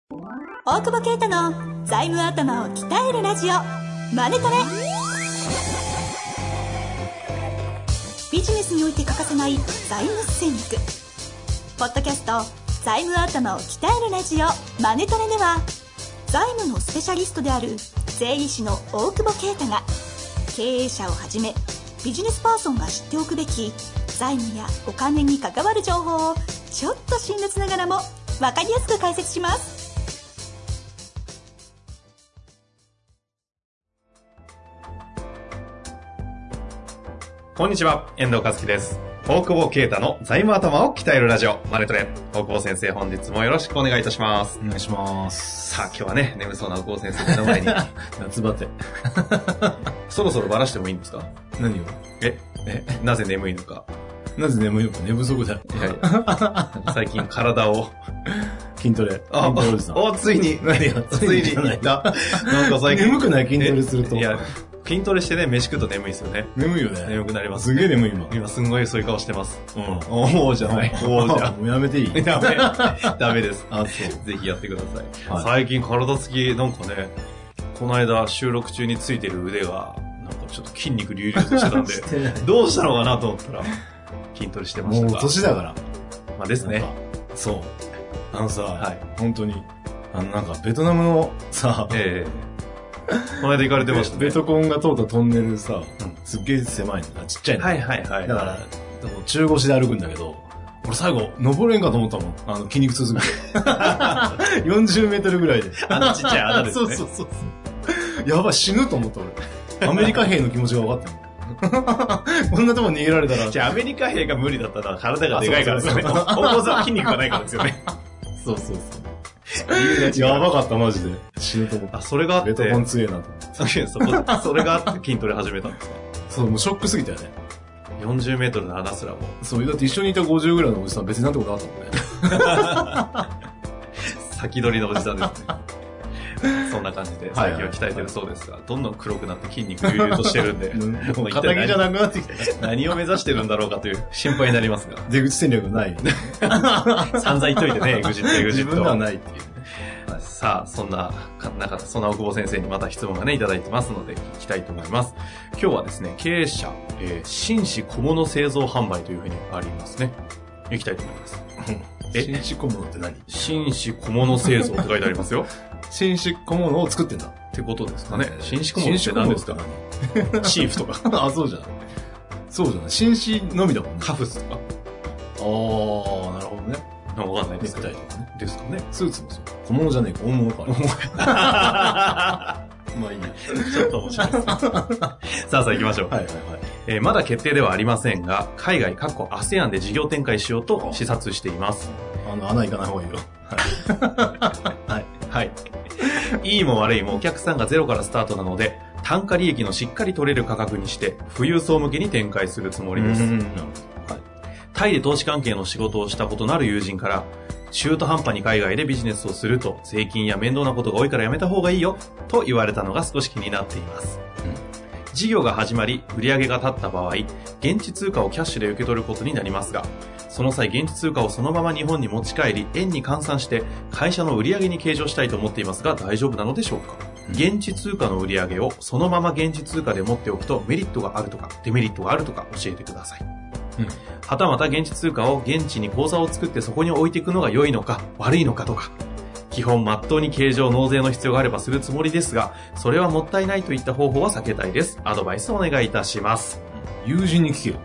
大久保啓太の財務頭を鍛えるラジオマネトレ。ビジネスにおいて欠かせない財務戦略。ポッドキャスト財務頭を鍛えるラジオマネトレでは、財務のスペシャリストである税理士の大久保啓太が、経営者をはじめビジネスパーソンが知っておくべき財務やお金に関わる情報をちょっと辛辣ながらも分かりやすく解説します。 こんにちは、遠藤和樹です。大久保啓太の財務頭を鍛えるラジオマネトレ。大久保先生、本日もよろしくお願いいたします。 お願いします。 さあ、今日はね、眠そうな大久保先生の前に夏バテそろそろバラしてもいいんですか？ 何を？ なぜ眠いのか。 なぜ眠いのか。寝不足だ。 いやいや最近体を筋トレおじさん。 お、ついに何がついに行った。なんか最近眠くない？筋トレすると。 いや、筋トレしてね、飯食うと眠いですよね。 眠いよね。 眠くなります。 すげえ眠い今すんごいそういう顔してます。 おおじゃない。 おおじゃ。 もうやめていい？ ダメです。 あ、そう。 ぜひやってください。はい、最近体つき、なんかね、この間収録中についてる腕が、なんかちょっと筋肉隆々としてたんで、どうしたのかなと思ったら、筋トレしてましたが。 もう年だから。 まあですね。 そう。はい、本当に、なんかベトナムのさ、 この間行かれてましたね。 ベトコンが通ったトンネルさ、すっげえ狭いの。ちっちゃいの。 はいはいはい。 だから、中腰で歩くんだけど、俺最後、登れんかと思ったもん。筋肉痛すぎて。40メートルぐらいで。 ちっちゃい穴ですね。 そう。やばい、死ぬと思った俺。アメリカ兵の気持ちが分かったもん。こんなとこ逃げられたら。 じゃあアメリカ兵が無理だったら体がでかいからですよね。大久保さんは筋肉がないからですよね。 そう。やばかった、マジで。死ぬと思った。 それがあって。 ベトコン強えなと思って。 それがあって筋トレ始めたんですか？ そう、もうショックすぎたよね。 40メートルの穴すらも。 そう、だって一緒にいた50ぐらいのおじさん別になんてことなかったもんね。 先取りのおじさんですね。そんな感じで最近は鍛えてるそうですが、どんどん黒くなって筋肉隆々としてるんで、 もう肩着じゃなくなってきた。 何を目指してるんだろうかという心配になりますが。 出口戦略ない。 散々言っといてね、エグジット。 自分ではないっていうね。 さあ、そんな大久保先生にまた質問がね、いただいてますので、聞きたいと思います。今日はですね、経営者、紳士小物製造販売というふうにありますね。行きたいと思います。 紳士小物って何？ 紳士小物製造って書いてありますよ。 紳士小物を作ってんだ。 ってことですかね。紳士小物って何ですか？チーフとか。 あ、そうじゃない。紳士のみだもんね。 カフスとか。 なるほどね。 わかんないですけど。 ネクタイとかね。 ですかね。 スーツもそう。小物じゃねえか、大物か。まあいいね。 ちょっと面白いですね。さあ行きましょう。 はい。 まだ決定ではありませんが、海外ASEAN で事業展開しようと視察しています。 穴行かない方がいいよ。 はい。いいも悪いもお客さんがゼロからスタートなので、単価利益のしっかり取れる価格にして、富裕層向けに展開するつもりです。タイで投資関係の仕事をしたことのある友人から、中途半端に海外でビジネスをすると税金や面倒なことが多いからやめた方がいいよと言われたのが少し気になっています。事業が始まり売上が立った場合、現地通貨をキャッシュで受け取ることになりますが、その際現地通貨をそのまま日本に持ち帰り円に換算して会社の売上に計上したいと思っていますが大丈夫なのでしょうか？現地通貨の売上をそのまま現地通貨で持っておくとメリットがあるとかデメリットがあるとか教えてください。はたまた現地通貨を現地に口座を作ってそこに置いていくのが良いのか悪いのかとか、基本真っ当に計上納税の必要があればするつもりですが、それはもったいないといった方法は避けたいです。アドバイスお願いいたします。 友人に聞けよ。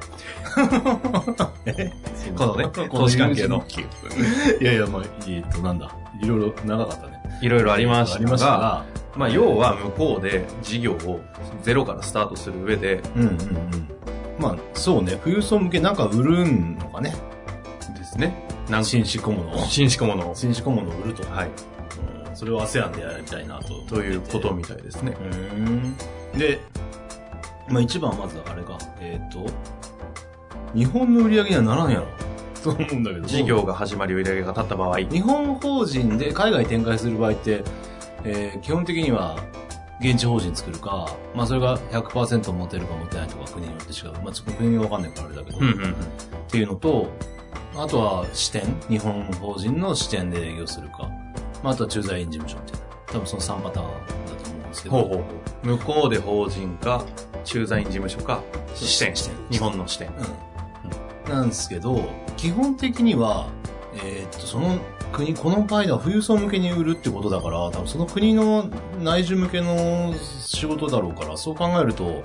このね、投資関係の。 いや、まあ、なんだ。いろいろ長かったね。 いろいろありましたが、まあ、要は向こうで事業をゼロからスタートする上で、 まあ、そうね。富裕層向けなんか売るのかね。 ですね。 紳士小物を売ると。 はい。 それを ASEAN でやりたいなということみたいですね。 で、まあ一番まずあれか、日本の売り上げにはならんやろ。と思うんだけど。 事業が始まり売り上げが立った場合。 日本法人で海外展開する場合って、基本的には現地法人作るか、まあそれが 100% 持てるか持てないとか国によって違う。まあちょっと国がわかんないからあれだけど。っていうのと、あとは支店、日本法人の支店で営業するか。 まあ、あとは駐在員事務所みたいな。多分その3パターンだと思うんですけど。 ほうほうほう。向こうで法人か、駐在員事務所か、支店。日本の支店。 なんですけど、基本的には、その国、この場合は富裕層向けに売るってことだから、多分その国の内需向けの仕事だろうから、そう考えると、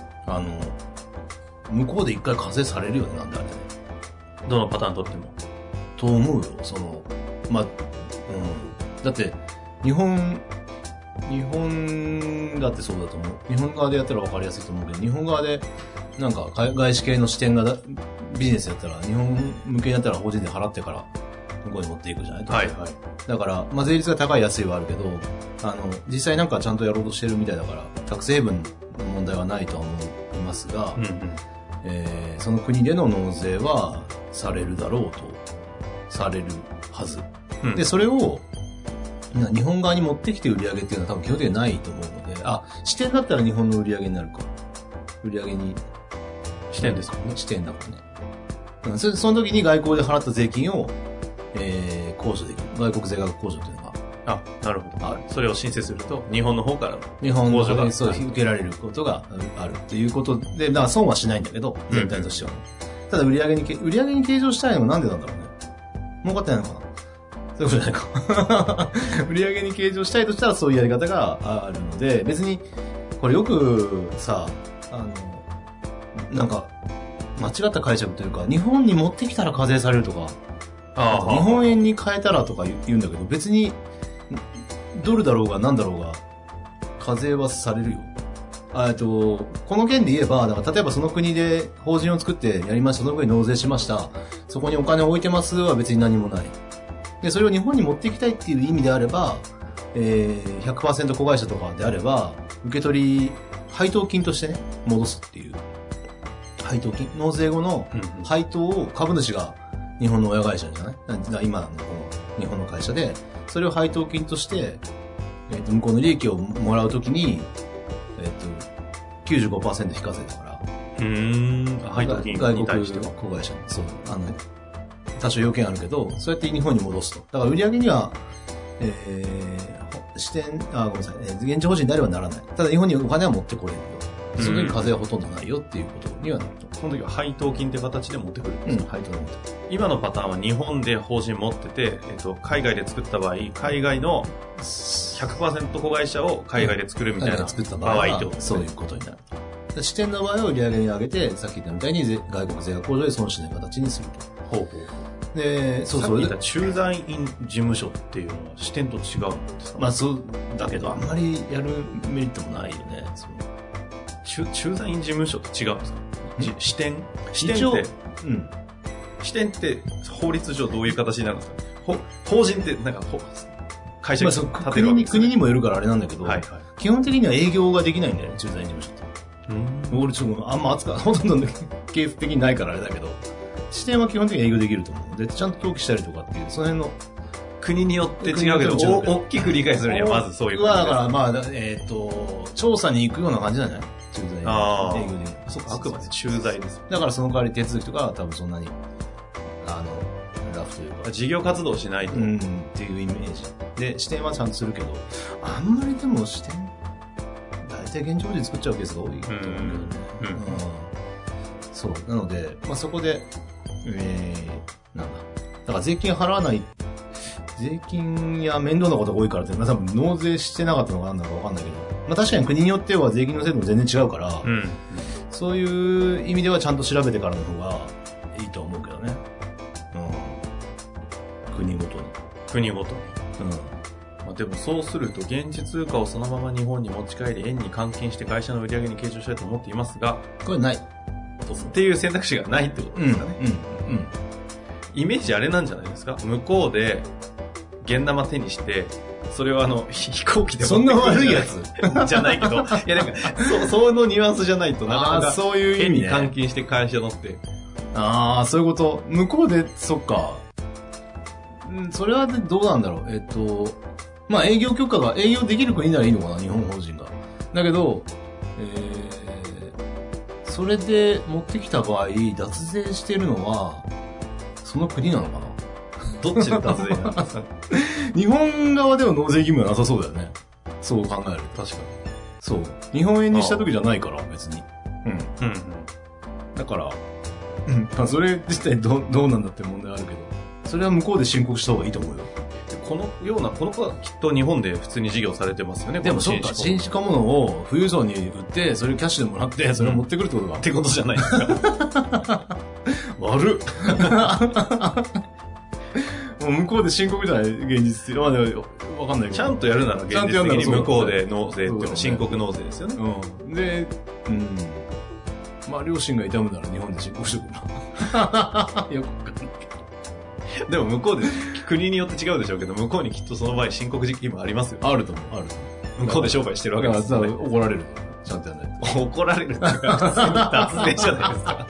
向こうで一回課税されるよね、なんであれね。 どのパターン取っても。 と思うよ、だって、日本だってそうだと思う。日本側でやったら分かりやすいと思うけど、日本側で、なんか、外資系の支店がビジネスやったら、日本向けにやったら法人で払ってから、向こうに持っていくじゃないと。 はいはい。 だから、税率が高い安いはあるけど、実際なんかちゃんとやろうとしてるみたいだから、タックスヘイブンの問題はないとは思いますが、その国での納税はされるだろうと、されるはず。で、それを、日本側に持ってきて売り上げっていうのは多分基本的にはないと思うので、支店だったら日本の売り上げになるか。売り上げに。 支店ですかね。 支店だからね。その時に外交で払った税金を、控除できる。外国税額控除というのが。 なるほど。それを申請すると、日本の方からの日本の方が受けられることがあるということで、だから損はしないんだけど、全体としては。ただ売り上げに計上したいのはなんでなんだろうね。儲かってないのかな。そういうことじゃないか。売り上げに計上したいとしたらそういうやり方があるので、別に、これよくさ、なんか、間違った解釈というか、日本に持ってきたら課税されるとか、日本円に変えたらとか言うんだけど、別に、ドルだろうが何だろうが、課税はされるよ。この件で言えば、だから例えばその国で法人を作ってやりました、その国に納税しました、そこにお金を置いてますは別に何もない。で、それを日本に持っていきたいっていう意味であれば、100% 子会社とかであれば、受け取り、配当金としてね、戻すっていう。配当金納税後の配当を株主が日本の親会社じゃない今のこの日本の会社で、それを配当金として、向こうの利益をもらうときに、95% 非課税だから。 配当金に対しては。 外国子会社に。そう。多少要件あるけど、そうやって日本に戻すと。だから売り上げには、ごめんなさい、現地法人であればならない。ただ日本にお金は持ってこれるよ。その時課税はほとんどないよっていうことにはなると。 その時は配当金って形で持ってくるんですか？ 配当で持ってくる。 今のパターンは日本で法人持ってて、海外で作った場合、海外の 100% 子会社を海外で作るみたいな場合ってことですね。 そういうことになる。支店の場合は売り上げに上げて、さっき言ったみたいに外国税額控除で損しない形にすると。 ほうほう。で、さっき言った駐在員事務所っていうのは支店と違うんですか？ そうだけど、あんまりやるメリットもないよね。 駐在員事務所って違うんですか？支店って支店って法律上どういう形になるんですか？法人ってなんか会社に立てるわけです、ね、 国にもよるからあれなんだけど、基本的には営業ができないんだよね、駐在員事務所って。俺ちょっとあんまほとんど経営的にないからあれだけど、支店は基本的に営業できると思うので、ちゃんと登記したりとかっていう、その辺の国によって違うけど、大きく理解するにはまずそういうことです。 だから調査に行くような感じなんじゃない？駐在営業で。 そうか、あくまで駐在です。 だからその代わり手続きとかは多分そんなに、ラフというか。 事業活動しないと。 っていうイメージ。で、支店はちゃんとするけど、あんまりでも支店、大体現地法人作っちゃうケースが多いと思うけどね。そう。なので、そこで、だから税金払わない、税金や面倒なことが多いからって、多分納税してなかったのが何なのか分かんないけど、確かに国によっては税金の制度も全然違うから、そういう意味ではちゃんと調べてからの方がいいと思うけどね。国ごとに。 でもそうすると現地通貨をそのまま日本に持ち帰り円に換金して会社の売り上げに計上したいと思っていますが、 これない。 っていう選択肢がないってことですかね。イメージあれなんじゃないですか？向こうで現玉手にして、それを飛行機でそんな悪いやつじゃないけど、いやなんか、そのニュアンスじゃないとなかなか、 そういう意味ね。 円に換金して会社乗って。 そういうこと。向こうで、そっか。それはどうなんだろう。営業許可が、営業できる国ならいいのかな、日本法人が。だけど、それで持ってきた場合、脱税してるのは、その国なのかなどっちで脱税なんですか？ 日本側では納税義務はなさそうだよね。そう考えると。 確かそう。日本円にした時じゃないから、別に。 に。うんうん。 だから、まあそれ自体どうなんだって問題あるけど、それは向こうで申告した方がいいと思うよ。 この子はきっと日本で普通に事業されてますよね。 でもそうか、紳士化物を富裕層に売って、それをキャッシュでもらって、それを持ってくるってことか。 ってことじゃないですか。 悪っ。もう向こうで申告じゃない、現実。まあでもわかんないけど。 ちゃんとやるなら現実的に向こうで納税っていうのは申告納税ですよね。 で、まあ両親が痛むなら日本で申告しとくな。よくわかんないけど。 でも向こうで、国によって違うでしょうけど、向こうにきっとその場合申告時期もありますよ。 あると思う。 向こうで商売してるわけですよね。 怒られる。ちゃんとやらないと。 怒られるっていうか、脱税じゃないですか。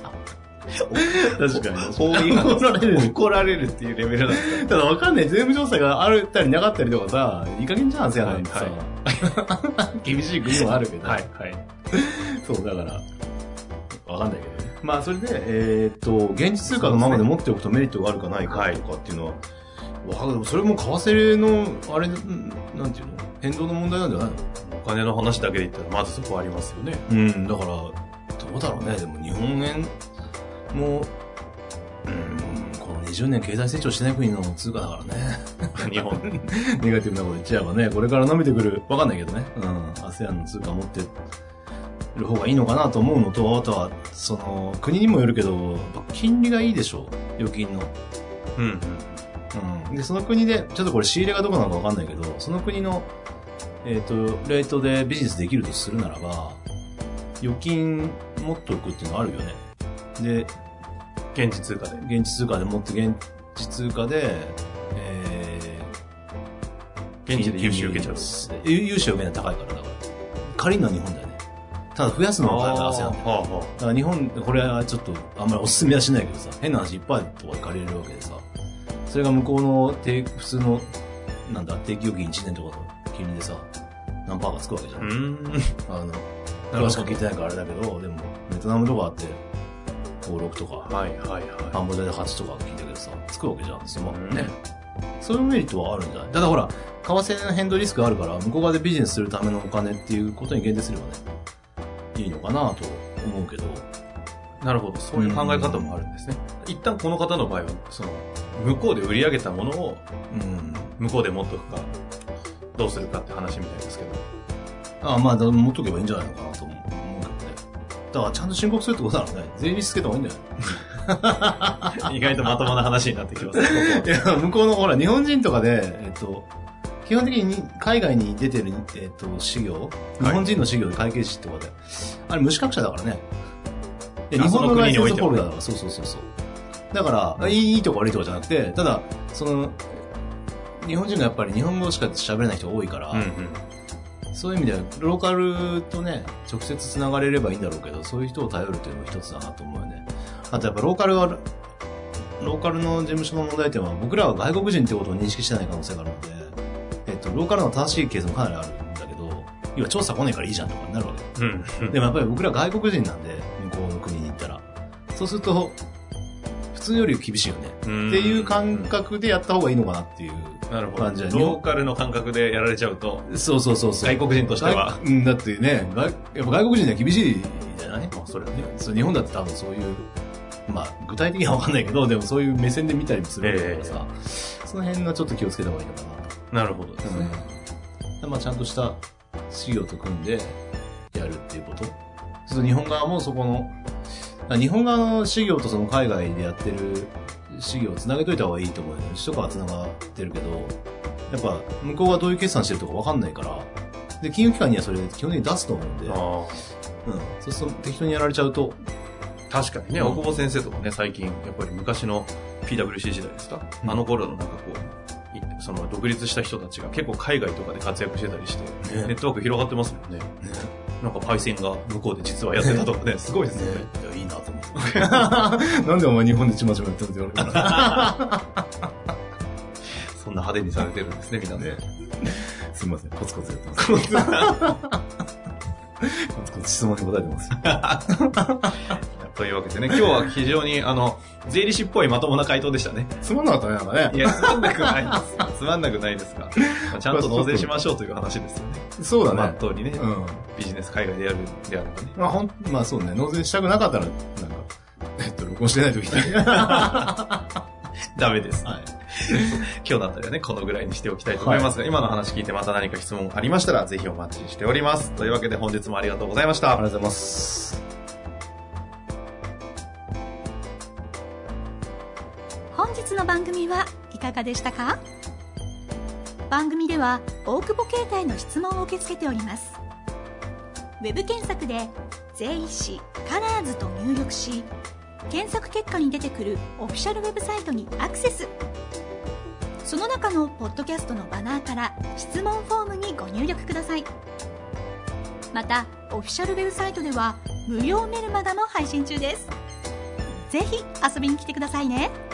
確かに。 法違反怒られるっていうレベルなんですか。 ただわかんない。税務調査があったりなかったりとかさ、いい加減じゃん、せやないとさ。厳しい国もあるけど。 はい。 そう、だから、わかんないけどね。まあ、それで、現実通貨のままで持っておくとメリットがあるかないかとかっていうのは、それも為替の、あれ、なんていうの変動の問題なんじゃないの？ お金の話だけで言ったら、まずそこありますよね。 だから、どうだろうね。でも日本円も、この20年経済成長してない国の通貨だからね。 日本。 ネガティブなこと言っちゃえばね、これから伸びてくる、わかんないけどね。ASEAN の通貨持ってる方がいいのかなと思うのと、あとは、国にもよるけど、金利がいいでしょ、預金の。で、その国で、ちょっとこれ仕入れがどこなのかわかんないけど、その国の、レートでビジネスできるとするならば、預金持っておくっていうのはあるよね。で、 現地通貨で。 現地通貨で持って、現地通貨で、 現地で融資受けちゃう。 融資を受けない高いから、だから。借りるのは日本だよね。ただ増やすのがASEANだよ。だから日本、これはちょっとあんまりお勧めはしないけどさ、変な話いっぱいとかで借りれるわけでさ、それが向こうの普通の、定期預金1年とかの金利でさ、何パーかつくわけじゃん。詳しく聞いてないからあれだけど、でも、ベトナムとかあって、5、6とか、カンボジアで8とか聞いたけどさ、つくわけじゃん。ね。そういうメリットはあるんじゃない？ただほら、為替の変動リスクがあるから、向こう側でビジネスするためのお金っていうことに限定すればね、いいのかなと思うけど。 なるほど。そういう考え方もあるんですね。一旦この方の場合は、向こうで売り上げたものを、向こうで持っとくか、どうするかって話みたいですけど。 まあ、持っとけばいいんじゃないのかなと思うけどね。だからちゃんと申告するってことなのね。税理士つけた方がいいんじゃない意外とまともな話になってきますね。 いや、向こうのほら、日本人とかで、基本的に海外に出てる、事業、日本人の事業で会計士とかで、あれ無資格者だからね。日本のライセンスホルダーだから、そう。だから、いいとか悪いとかじゃなくて、ただ、日本人がやっぱり日本語しか喋れない人が多いから、そういう意味では、ローカルとね、直接繋がれればいいんだろうけど、そういう人を頼るというのも一つだなと思うよね。あとやっぱローカルの事務所の問題点は、僕らは外国人ってことを認識してない可能性があるので、ローカルの正しいケースもかなりあるんだけど、要は調査来ねえからいいじゃんとかになるわけ。でもやっぱり僕ら外国人なんで、向こうの国に行ったら。そうすると、普通より厳しいよね。っていう感覚でやった方がいいのかなっていう感じだね。 ローカルの感覚でやられちゃうと。 そう。 外国人としては。 だってね、やっぱ外国人には厳しいじゃない？ それはね。 日本だって多分そういう、具体的には分かんないけど、でもそういう目線で見たりもするからさ、その辺のちょっと気をつけた方がいいのかな。なるほどですね。 ちゃんとした事業と組んでやるっていうこと。日本側もそこの、日本側の事業とその海外でやってる事業をつなげといた方がいいと思うよね。うちとかはつながってるけど、やっぱ向こうがどういう決算してるとか分かんないから、で、金融機関にはそれ基本的に出すと思うんで、そうすると適当にやられちゃうと。 確かにね、大久保先生とかね、最近、やっぱり昔の PWC 時代ですか、あの頃の独立した人たちが結構海外とかで活躍してたりして、ネットワーク広がってますもんね。なんかパイセンが向こうで実はやってたとかね、すごいですね。 いや、いいなと思って。なんでお前日本でちまちまやってるって言われるからそんな派手にされてるんですね、皆さん。 すいません、コツコツやってます。コツコツ質問に答えてます。 やっぱというわけでね、今日は非常に税理士っぽいまともな回答でしたね。 つまんなかったね、なんかね。 いや、つまんなくないですよ。つまんなくないですが、まあ、ちゃんと納税しましょうという話ですよね。 そうだね。 まっとうにね、 うん。 ビジネス海外でやるんであればね。 まあそうね、納税したくなかったら、なんか、録音してないときに。 ダメです。 はい。 今日だったらね、このぐらいにしておきたいと思いますが、今の話聞いてまた何か質問ありましたら、ぜひお待ちしております。というわけで本日もありがとうございました。 ありがとうございます。 本日の番組はいかがでしたか？番組では大久保携帯の質問を受け付けております。ウェブ検索で税理士カラーズと入力し、検索結果に出てくるオフィシャルウェブサイトにアクセス。その中のポッドキャストのバナーから質問フォームにご入力ください。またオフィシャルウェブサイトでは無料メルマガも配信中です。ぜひ遊びに来てくださいね。